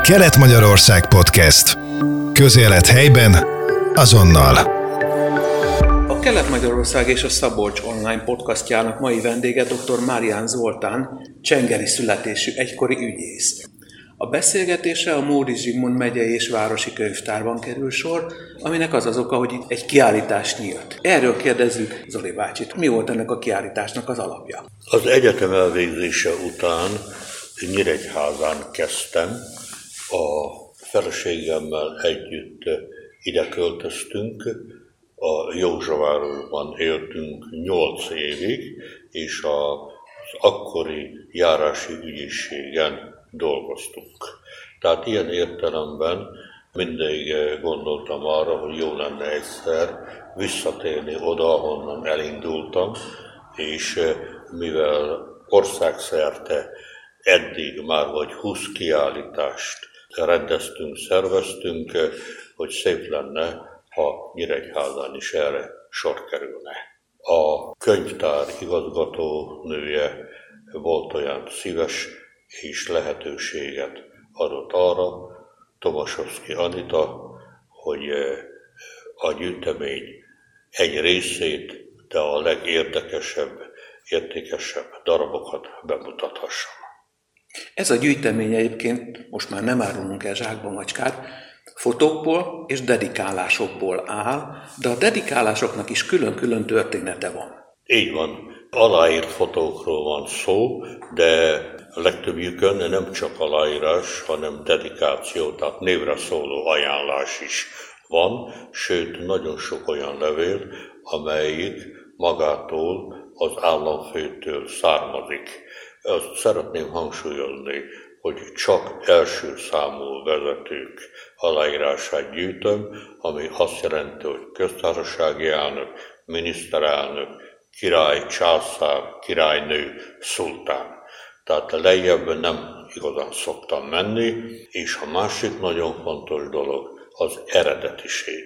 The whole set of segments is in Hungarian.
Kelet-Magyarország Podcast. Közélet helyben, azonnal. A Kelet-Magyarország és a Szabolcs online podcastjának mai vendége dr. Márián Zoltán, csengeri születésű egykori ügyész. A beszélgetésre a Móricz Zsigmond megyei és városi könyvtárban kerül sor, aminek az oka, hogy itt egy kiállítás nyílt. Erről kérdezzük Zoli bácsit. Mi volt ennek a kiállításnak az alapja? Az egyetem elvégzése után Nyíregyházán kezdtem, a feleségemmel együtt ide költöztünk, a Józsavárosban éltünk 8 évig, és az akkori járási ügyészségen dolgoztunk. Tehát ilyen értelemben mindig gondoltam arra, hogy jó lenne egyszer visszatérni oda, ahonnan elindultam, és mivel országszerte eddig már vagy 20 kiállítást rendeztünk, szerveztünk, hogy szép lenne, ha Nyíregyházán is erre sor kerülne. A könyvtár igazgatónője volt olyan szíves, és lehetőséget adott arra, Tomaszewski Anita, hogy a gyűjtemény egy részét, de a legérdekesebb, értékesebb darabokat bemutathassam. Ez a gyűjtemény egyébként, most már nem árulunk el zsákba macskát, fotókból és dedikálásokból áll, de a dedikálásoknak is külön-külön története van. Így van. Aláírt fotókról van szó, de a legtöbbjükön nem csak aláírás, hanem dedikáció, tehát névre szóló ajánlás is van, sőt, nagyon sok olyan levél, amelyik magától az államfőtől származik. Azt szeretném hangsúlyozni, hogy csak első számú vezetők aláírását gyűjtöm, ami azt jelenti, hogy köztársasági elnök, miniszterelnök, király, császár, királynő, szultán. Tehát lejjebb nem igazán szoktam menni, és a másik nagyon fontos dolog az eredetiség.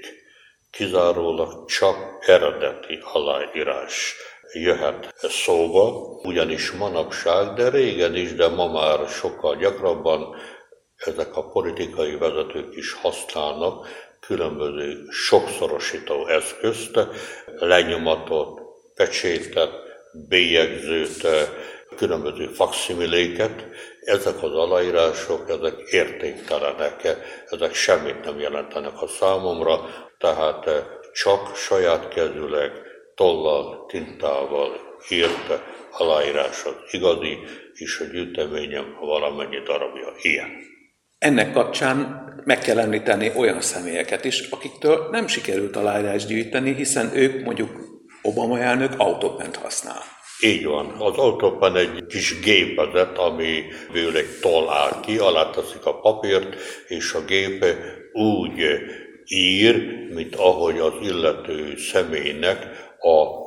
Kizárólag csak eredeti aláírás jöhet szóba, ugyanis manapság, de régen is, de ma már sokkal gyakrabban ezek a politikai vezetők is használnak különböző sokszorosító eszközt, lenyomatot, pecsétet, bélyegzőt, különböző fakszimiléket. Ezek az aláírások, ezek értéktelenek, ezek semmit nem jelentenek a számomra, tehát csak saját kezűleg, tollal, tintával írt aláírás az igazi, és a gyűjteményem valamennyi darabja ilyen. Ennek kapcsán meg kell említeni olyan személyeket is, akiktől nem sikerült aláírást gyűjteni, hiszen ők mondjuk Obama elnök autópent használ. Így van. Az autópen egy kis gépezet, amiből egy toll áll ki, alá teszik a papírt, és a gép úgy ír, mint ahogy az illető személynek a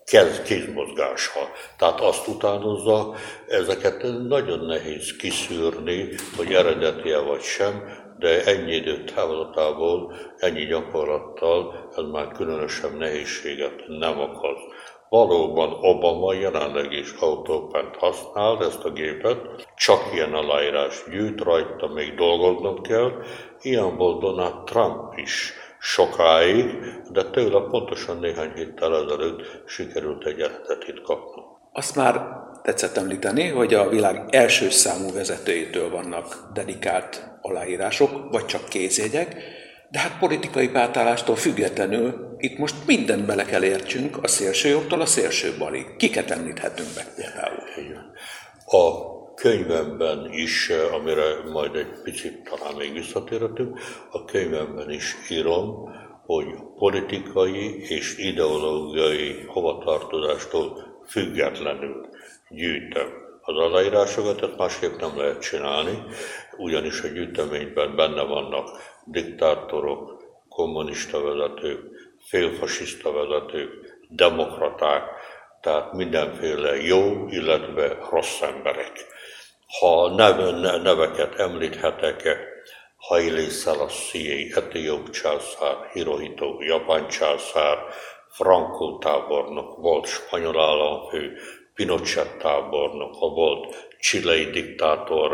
kézmozgása. Tehát azt utánozza, ezeket nagyon nehéz kiszűrni, hogy eredeti-e vagy sem, de ennyi idő távlatából, ennyi gyakorlattal ez már különösebb nehézséget nem okoz. Valóban Obama jelenleg is autópent használ ezt a gépet, csak ilyen aláírás gyűjt rajta, még dolgoznom kell. Ilyen volt Donald Trump is sokáig, de tőle pontosan néhány héttel ezelőtt sikerült egy eredetit kapnom. Azt már tetszett említeni, hogy a világ első számú vezetőitől vannak dedikált aláírások, vagy csak kézjegyek, de hát politikai pártállástól függetlenül itt most mindent bele kell értsünk, a szélső jobbtól a szélső balig. Kiket említhetünk meg például? A könyvemben is, amire majd egy picit talán még visszatérhetünk, a könyvemben is írom, hogy politikai és ideológiai hovatartozástól függetlenül gyűjtöm az aláírásokat, ezt másképp nem lehet csinálni, ugyanis a gyűjteményben benne vannak diktátorok, kommunista vezetők, félfasiszta vezetők, demokraták, tehát mindenféle jó, illetve rossz emberek. Ha neveket említhetek, Haile Selassie, etióp császár, Hirohito, japán császár, Franco tábornok, volt spanyol államfő, Pinochet tábornok, a volt chilei diktátor,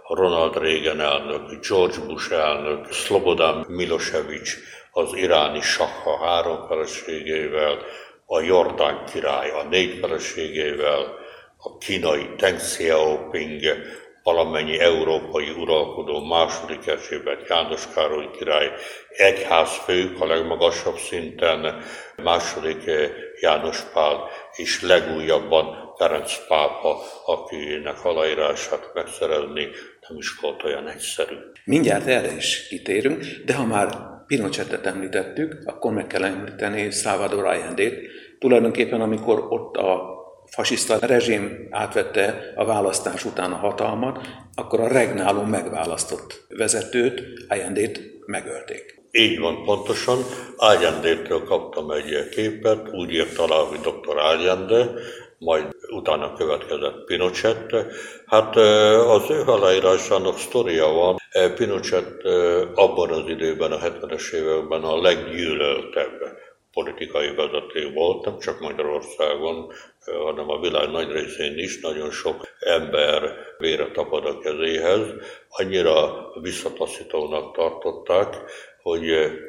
Ronald Reagan elnök, George Bush elnök, Szlobodan Milosevic, az iráni sakha 3 feleségével, a Jordán király a 4 feleségével, a kínai Deng Xiaoping, valamennyi európai uralkodó, második Erzsébet János Károly király, egyházfők a legmagasabb szinten, második János Pál, és legújabban Ferenc pápa, akinek aláírását megszerezni nem is volt olyan egyszerű. Mindjárt erre is kitérünk, de ha már Pinochetet említettük, akkor meg kell említeni Salvador Allendét. Tulajdonképpen amikor ott a fasiszta rezsim átvette a választás után a hatalmat, akkor a regnáló megválasztott vezetőt, Allendét megölték. Így van, pontosan. Allendétől kaptam egy képet, úgy írt alá, hogy Dr. Allende, majd utána következett Pinochet. Hát az ő aláírásának sztoria van. Pinochet abban az időben, a 70-es években a leggyűlöltebb politikai vezető volt, nem csak Magyarországon, hanem a világ nagy részén is. Nagyon sok ember vére tapad a kezéhez. Annyira visszataszítónak tartották, hogy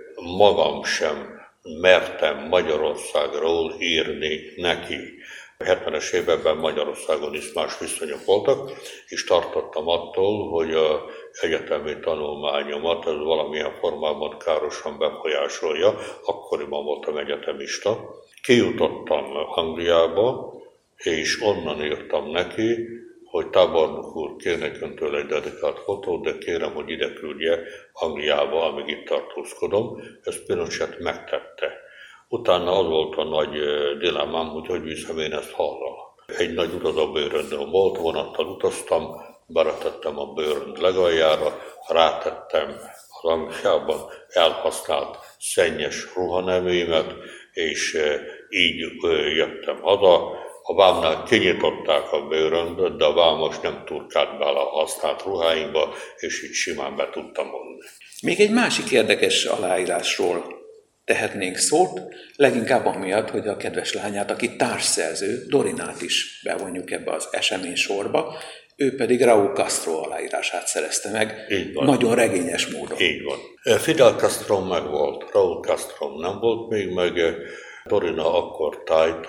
magam sem mertem Magyarországról írni neki. A 70-es években Magyarországon is más viszonyok voltak, és tartottam attól, hogy az egyetemi tanulmányomat ez valamilyen formában károsan befolyásolja. Akkoriban voltam egyetemista. Kijutottam Angliába, és onnan írtam neki, hogy tábornok úr, kérnék öntől egy dedikált fotót, de kérem, hogy ide küldje Angliába, amíg itt tartózkodom. Ezt Pinochet megtette. Utána az volt a nagy dilemmám, hogy viszem én ezt haza. Egy nagy utazóbőröndön volt, vonattal utaztam, beletettem a bőrönd legaljára, rátettem az Angliában elhasznált szennyes ruhaneműimet, és így jöttem haza. A vámnál kinyitották a bőröndöt, de a vámos nem turkált bele a használt ruháimba, és így simán be tudtam vonni. Még egy másik érdekes aláírásról tehetnénk szót, leginkább amiatt, hogy a kedves lányát, aki társszerző, Dorinát is bevonjuk ebbe az esemény sorba, ő pedig Raúl Castro aláírását szerezte meg, nagyon regényes módon. Így van. Fidel Castro megvolt, Raúl Castro nem volt még meg. Dorina akkor tájt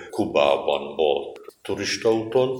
Kubában volt turistaúton,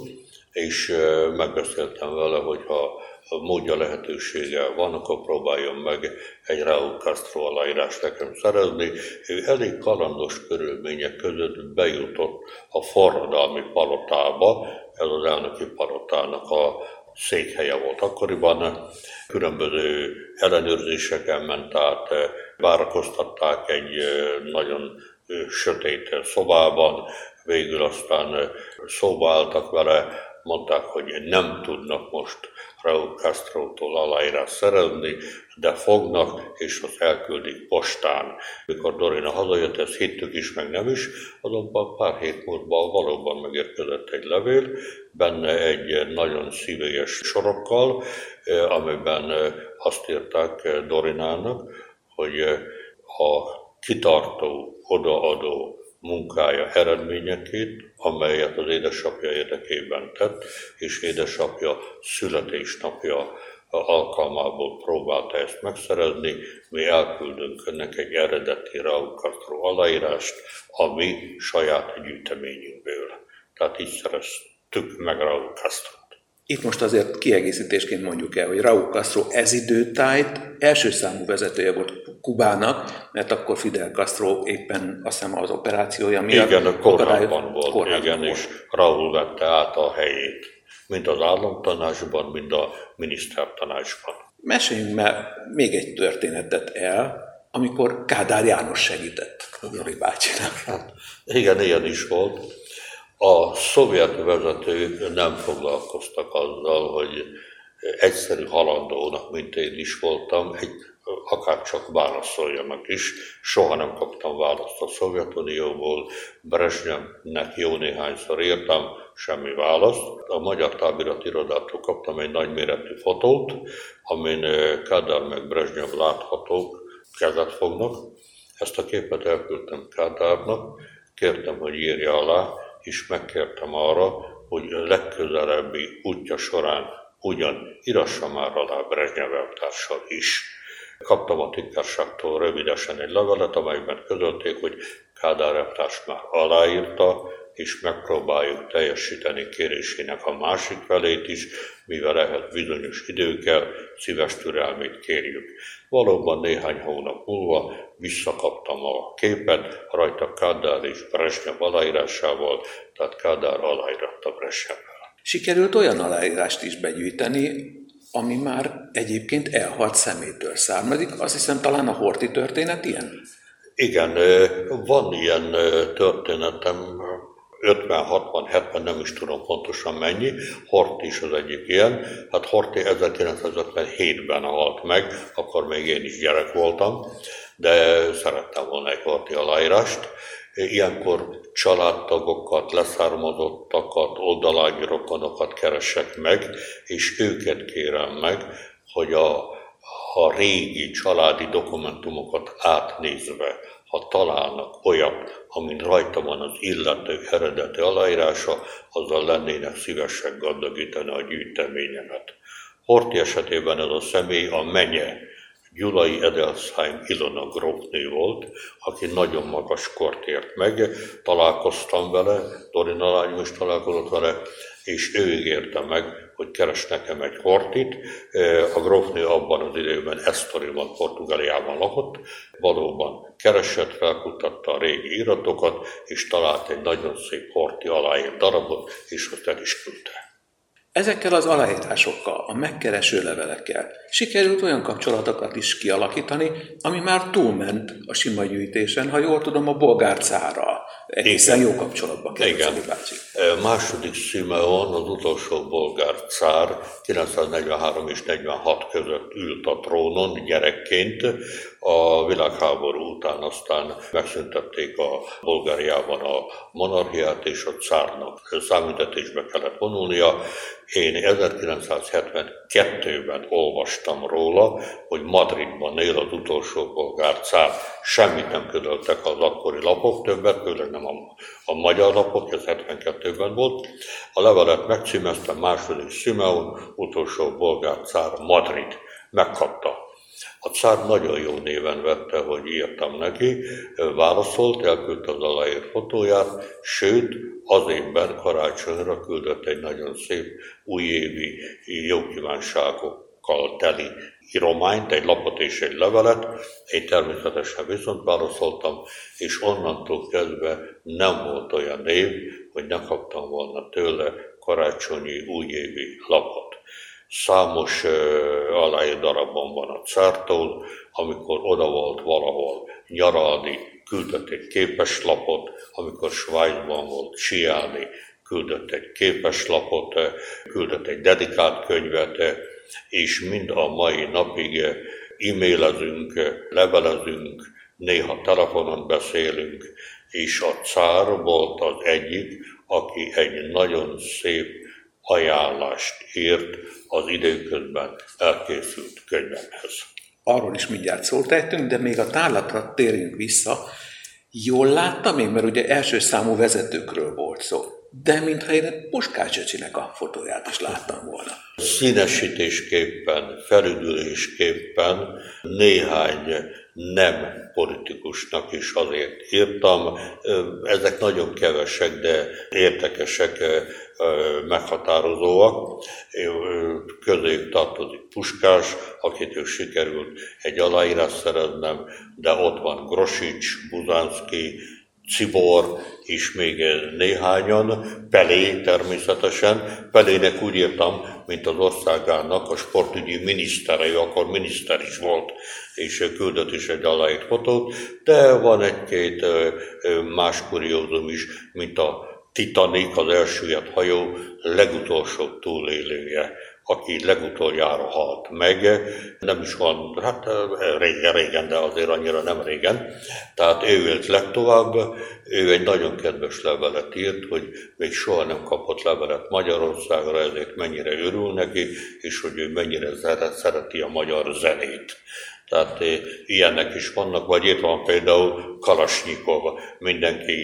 és megbeszéltem vele, hogy ha módja lehetősége van, akkor próbáljon meg egy Raúl Castro aláírást nekem szerezni. Ő elég kalandos körülmények között bejutott a forradalmi palotába, ez az elnöki palotának a székhelye volt akkoriban. Különböző ellenőrzéseken ment át, várakoztatták egy nagyon sötét szobában, végül aztán szóba álltak vele, mondták, hogy nem tudnak most Raúl Castrótól aláírást szerezni, de fognak, és azt elküldik postán. Mikor Dorina hazajött, ezt hittük is, meg nem is, azonban pár hét múlva valóban megérkezett egy levél, benne egy nagyon szívélyes sorokkal, amiben azt írták Dorinának, hogy a kitartó, odaadó munkája eredményeként, amelyet az édesapja érdekében tett, és édesapja születésnapja alkalmából próbálta ezt megszerezni. Mi elküldünk önnek egy eredeti Raúl Castro aláírást, a mi saját gyűjteményünkből. Tehát így szereztük meg Raúl Castro. Itt most azért kiegészítésként mondjuk el, hogy Raúl Castro ez időtájt első számú vezetője volt Kubának, mert akkor Fidel Castro éppen azt hiszem az operációja miatt... Igen, korábban volt, és Raúl vette át a helyét, mind az államtanácsban, mind a minisztertanácsban. Meséljünk már még egy történetet el, amikor Kádár János segített Dori bácsinak. Hát, igen, ilyen is volt. A szovjet vezetők nem foglalkoztak azzal, hogy egyszerű halandónak, mint én is voltam, akár csak válaszoljanak is. Soha nem kaptam választ a Szovjetunióból, Brezsnyevnek jó néhányszor írtam, semmi választ. A Magyar Távirati Irodától kaptam egy nagyméretű fotót, amin Kádár meg Brezsnyev láthatók, kezet fognak. Ezt a képet elküldtem Kádárnak, kértem, hogy írja alá, és megkértem arra, hogy legközelebbi útja során ugyan írassa már alá Brezsnyev elvtársal is. Kaptam a titkárságtól rövidesen egy levelet, amelyben közölték, hogy Kádár elvtárs már aláírta, és megpróbáljuk teljesíteni kérésének a másik felét is, mivel ehhez bizonyos idő kell, szíves türelmét kérjük. Valóban néhány hónap múlva visszakaptam a képet, rajta Kádár és Brezsnyev aláírásával, tehát Kádár aláíratta Brezsnyevvel. Sikerült olyan aláírást is begyűjteni, ami már egyébként elhalt személytől származik. Azt hiszem, talán a Horthy történet ilyen? Igen, van ilyen történetem, 50, 60, 70, nem is tudom pontosan mennyi, Horthy is az egyik ilyen. Hát Horthy 1957-ben halt meg, akkor még én is gyerek voltam, de szerettem volna egy Horthy aláírást. Ilyenkor családtagokat, leszármazottakat, oldalági rokonokat keresek meg, és őket kérem meg, hogy a régi családi dokumentumokat átnézve, ha találnak olyat, amin rajta van az illető eredeti aláírása, azzal lennének szívesek gazdagítani a gyűjteményemet. Horthy esetében ez a személy a menye, Gyulai Edelsheim Ilona grófnő volt, aki nagyon magas kort ért meg, találkoztam vele, Dorina lányom is találkozott vele, és ő ígérte meg, hogy keres nekem egy Horthyt. A grófnő abban az időben Estoril-ban, Portugáliában lakott, valóban keresett, felkutatta a régi iratokat, és talált egy nagyon szép Horthy aláírt darabot, és azt el is küldte. Ezekkel az aláírásokkal, a megkereső levelekkel sikerült olyan kapcsolatokat is kialakítani, ami már túlment a sima gyűjtésen, ha jól tudom, a bolgár cárral. Egészen jó kapcsolatban került Szali bácsi. Második Simeon, az utolsó bolgár cár 943 és 46 között ült a trónon gyerekként. A világháború után aztán megszüntették a Bulgáriában a monarchiát, és a cárnak számüntetésbe kellett vonulnia. Én 1972-ben olvastam róla, hogy Madridban él az utolsó bolgár cár. Semmit nem közöltek az akkori lapok, többet, főleg nem a magyar lapok, ez 72-ben volt. A levelet megcímeztem, második Simeon, utolsó bolgár cár, Madrid. Megkapta. A cár nagyon jó néven vette, hogy írtam neki, válaszolt, elküldte az aláírt fotóját, sőt, az évben karácsonyra küldött egy nagyon szép újévi jókívánságokkal teli írományt, egy lapot és egy levelet. Én természetesen viszont válaszoltam, és onnantól kezdve nem volt olyan év, hogy ne kaptam volna tőle karácsonyi újévi lapot. Számos aláírt darabban van a cártól, amikor oda volt valahol nyaralni, küldött egy képeslapot, amikor Svájcban volt síelni, küldött egy képeslapot, küldött egy dedikált könyvet, és mind a mai napig e-mailezünk, levelezünk, néha telefonon beszélünk, és a cár volt az egyik, aki egy nagyon szép ajánlást írt az időközben elkészült könyvemhez. Arról is mindjárt szót ejtünk, de még a tárlatra térjünk vissza. Jól láttam én, mert ugye első számú vezetőkről volt szó, de mintha én Puskás öcsinek a fotóját is láttam volna. Színesítésképpen, felüdülésképpen néhány nem politikusnak is azért írtam. Ezek nagyon kevesek, de érdekesek, meghatározóak. Közéjük tartozik Puskás, akitől sikerült egy aláírás szereznem, de ott van Grosics, Buzánszky, Czibor és még néhányan, Pelé természetesen. Pelének úgy írtam, mint az országának a sportügyi minisztere, ő akkor miniszter is volt, és küldött is egy aláírt fotót, de van egy-két más kuriózum is, mint a Titanic, az elsüllyedt hajó legutolsó túlélője, aki legutoljára halt meg, nem is van, hát régen, de azért annyira nem régen. Tehát ő élt legtovább, ő egy nagyon kedves levelet írt, hogy még soha nem kapott levelet Magyarországra, ezért mennyire örül neki, és hogy ő mennyire szereti a magyar zenét. Tehát ilyenek is vannak, vagy itt van például Kalasnyikov, mindenki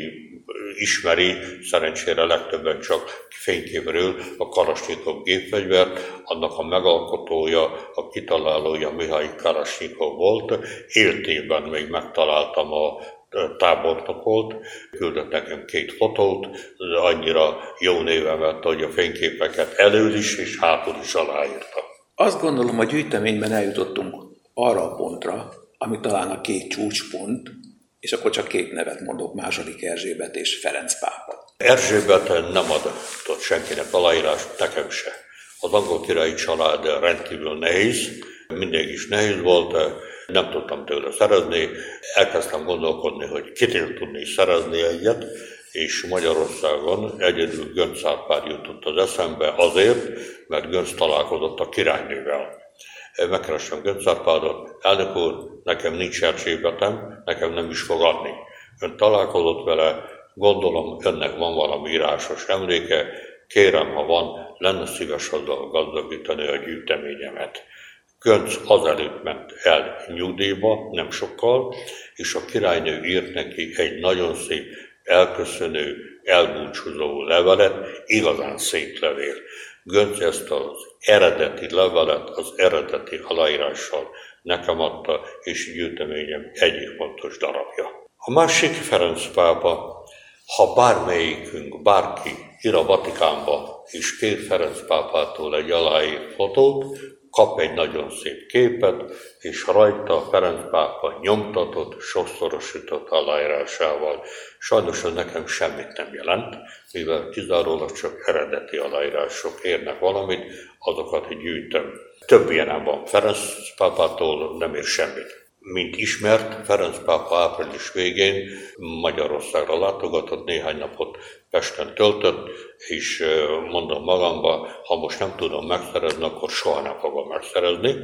ismeri, szerencsére legtöbben csak fényképről a Kalasnyikov gépfegyvert, annak a megalkotója, a kitalálója Mihail Kalasnyikov volt. Éltében még megtaláltam a tábornokot, küldött nekem 2 fotót, annyira jó névemet, hogy a fényképeket elől is és hátul is aláírta. Azt gondolom, a gyűjteményben eljutottunk arra a pontra, ami talán a 2 csúcspont, és akkor csak 2 nevet mondok, második Erzsébet és Ferenc pápa. Erzsébet nem adott senkinek aláírást, nekem se. Az angol királyi család rendkívül nehéz, mindig is nehéz volt, nem tudtam tőle szerezni, elkezdtem gondolkodni, hogy kitől tudnék szerezni egyet, és Magyarországon egyedül Göncz Árpád jutott az eszembe azért, mert Göncz találkozott a királynővel. Megkerestem Göncz Árpádot, elnök úr, nekem nincs Erzsébetem, nekem nem is fog adni. Ön találkozott vele, gondolom önnek van valami írásos emléke, kérem, ha van, lenne szíves azzal gazdagítani a gyűjteményemet. Göncz azelőtt ment el nyugdíjba, nem sokkal, és a királynő írt neki egy nagyon szép, elköszönő, elbúcsúzó levelet, igazán szép levél. Göncz ezt az eredeti levelet, az eredeti aláírással nekem adta, és gyűjteményem egyik fontos darabja. A másik Ferenc pápa, ha bármelyikünk, bárki ír a Vatikánba, és kér Ferenc pápától egy aláírt fotót, kap egy nagyon szép képet, és rajta Ferenc pápa nyomtatott, sokszorosított aláírásával. Sajnos ez nekem semmit nem jelent, mivel kizárólag csak eredeti aláírások érnek valamit, azokat gyűjtöm. Több ilyenem van Ferenc pápától, nem ér semmit. Mint ismert, Ferenc pápa április végén Magyarországra látogatott, néhány napot Pesten töltött, és mondom magamba, ha most nem tudom megszerezni, akkor soha nem fogom megszerezni.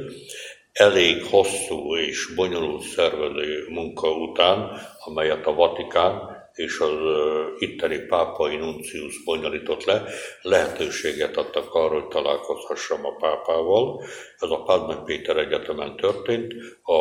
Elég hosszú és bonyolult szervező munka után, amelyet a Vatikán és az itteni pápai nuncius bonyolított le, lehetőséget adtak arra, hogy találkozhassam a pápával. Ez a Pázmány Péter Egyetemen történt,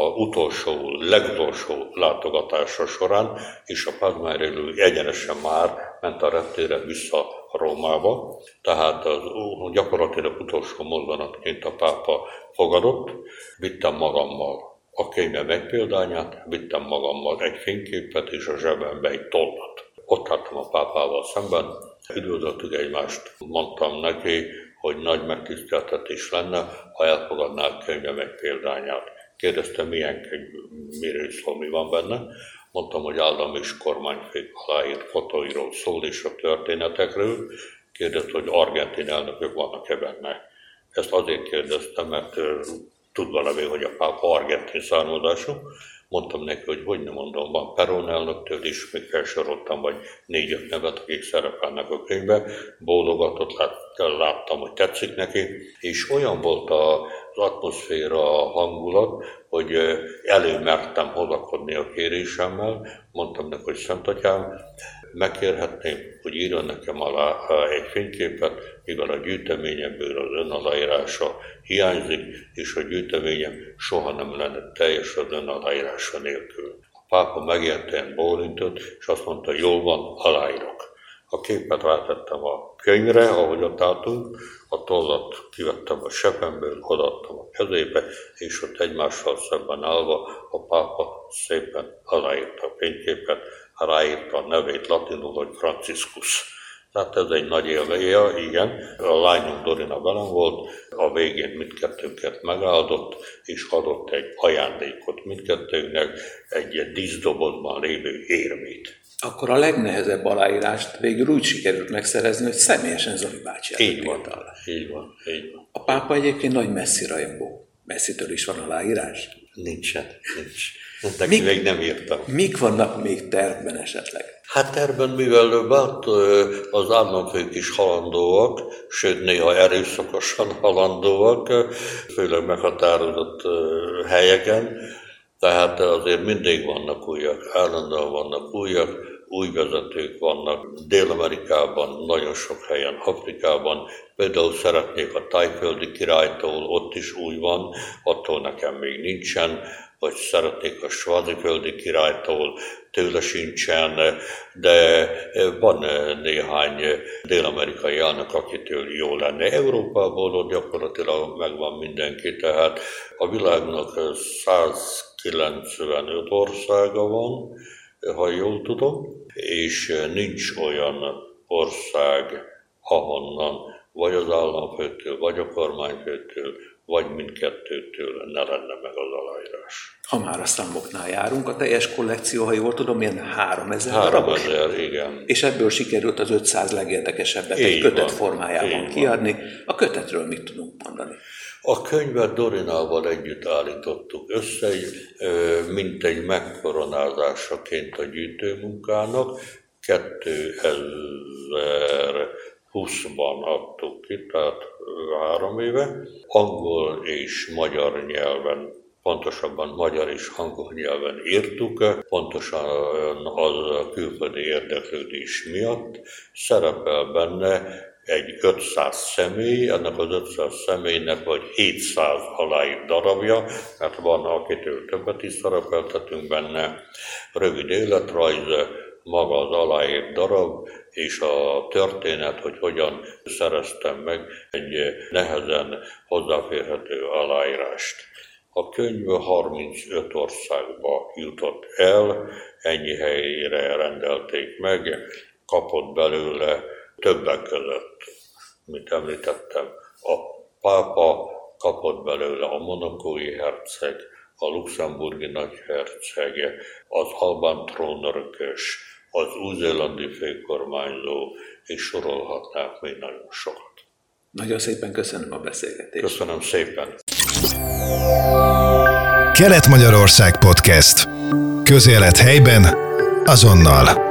legutolsó látogatása során, és a Pázmányról egyenesen már ment a reptére vissza Rómába, tehát az gyakorlatilag utolsó mozzanatként a pápa fogadott, vittem magammal a könyvem egy példányát, vittem magammal egy fényképet és a zsebembe egy tollat. Ott álltam a pápával szemben, üdvözöltük egymást, mondtam neki, hogy nagy megtiszteltetés lenne, ha elfogadná a könyvem egy példányát. Kérdezte, milyen könyv, miről szól, mi van benne. Mondtam, hogy állam és kormányfők aláírt fotóiról szól és a történetekről. Kérdezte, hogy argentin elnökök vannak-e benne. Ezt azért kérdeztem, mert tudva levél, hogy a pápa argentin származású. Mondtam neki, hogy nem mondom, van Perón elnöktől is, még felsoroltam, vagy 4-5 nevet, akik szerepelnek a könyvbe. Bólogatott, láttam, hogy tetszik neki, és olyan volt az atmoszféra, a hangulat, hogy előmertem hozakodni a kérésemmel. Mondtam neki, hogy Szent Atyám, megkérhetném, hogy írjon nekem alá egy fényképet, mivel a gyűjteményemből az ön aláírása hiányzik, és a gyűjteményem soha nem lenne teljes az ön aláírása nélkül. A pápa megértően bólintott, és azt mondta, jól van, aláírok. A képet rátettem a könyvre, ahogy ott álltunk, a tollat kivettem a zsebemből, odaadtam a kezébe, és ott egymással szemben állva a pápa szépen aláírta a fényképet, ráírta a nevét latinul, hogy Franciscus. Tehát ez egy nagy élmény, igen. A lányom Dorina velem volt, a végén mindkettőnket megáldott, és adott egy ajándékot mindkettőnknek, egy díszdobozban lévő érmét. Akkor a legnehezebb aláírást végül úgy sikerült megszerezni, hogy személyesen Zoli bácsi így van. A pápa egyébként nagy Messi rajongó. Messzitől is van aláírás? Nincs. Neki még nem írtam. Mik vannak még tervben esetleg? Hát tervben, mivel az államfők is halandóak, sőt néha erőszakosan halandóak, főleg meghatározott helyeken, tehát azért mindig vannak újak, állandóan vannak újak, új vezetők vannak Dél-Amerikában, nagyon sok helyen, Afrikában. Például szeretnék a Tájföldi királytól, ott is új van, attól nekem még nincsen, vagy szeretnék a Sváziföldi királytól, tőle sincsen, de van néhány dél-amerikai elnök, akitől jó lenne. Európából gyakorlatilag megvan mindenki, tehát a világnak 195 országa van, ha jól tudom, és nincs olyan ország, ahonnan vagy az államfőtől, vagy a kormányfőtől, vagy mindkettőtől ne lenne meg az aláírás. Ha már a számoknál járunk, a teljes kollekció, ha jól tudom, ilyen 3000 darabos. 3000, igen. És ebből sikerült az 500 legérdekesebbet egy kötet formájában kiadni. A kötetről mit tudunk mondani? A könyvet Dorinával együtt állítottuk össze, mint egy megkoronázásaként a gyűjtőmunkának. 2020-ban adtuk ki, tehát 3 éve. Angol és magyar nyelven, pontosabban magyar és angol nyelven írtuk, pontosan az külföldi érdeklődés miatt. Szerepel benne egy 500 személy, ennek az 500 személynek vagy 700 aláírt darabja, mert van, akitől többet is szerepeltetünk benne, rövid életrajz, maga az aláírt darab, és a történet, hogy hogyan szereztem meg egy nehezen hozzáférhető aláírást. A könyv 35 országba jutott el, ennyi helyre rendelték meg, kapott belőle többek között, mint említettem, a pápa, kapott belőle a monacói herceg, a luxemburgi nagyherceg, az albán trónörökös, az új-zélandi főkormányzó, és sorolhatnánk még nagyon sokat. Nagyon szépen köszönöm a beszélgetést. Köszönöm szépen. Kelet-Magyarország Podcast. Közélet helyben, azonnal.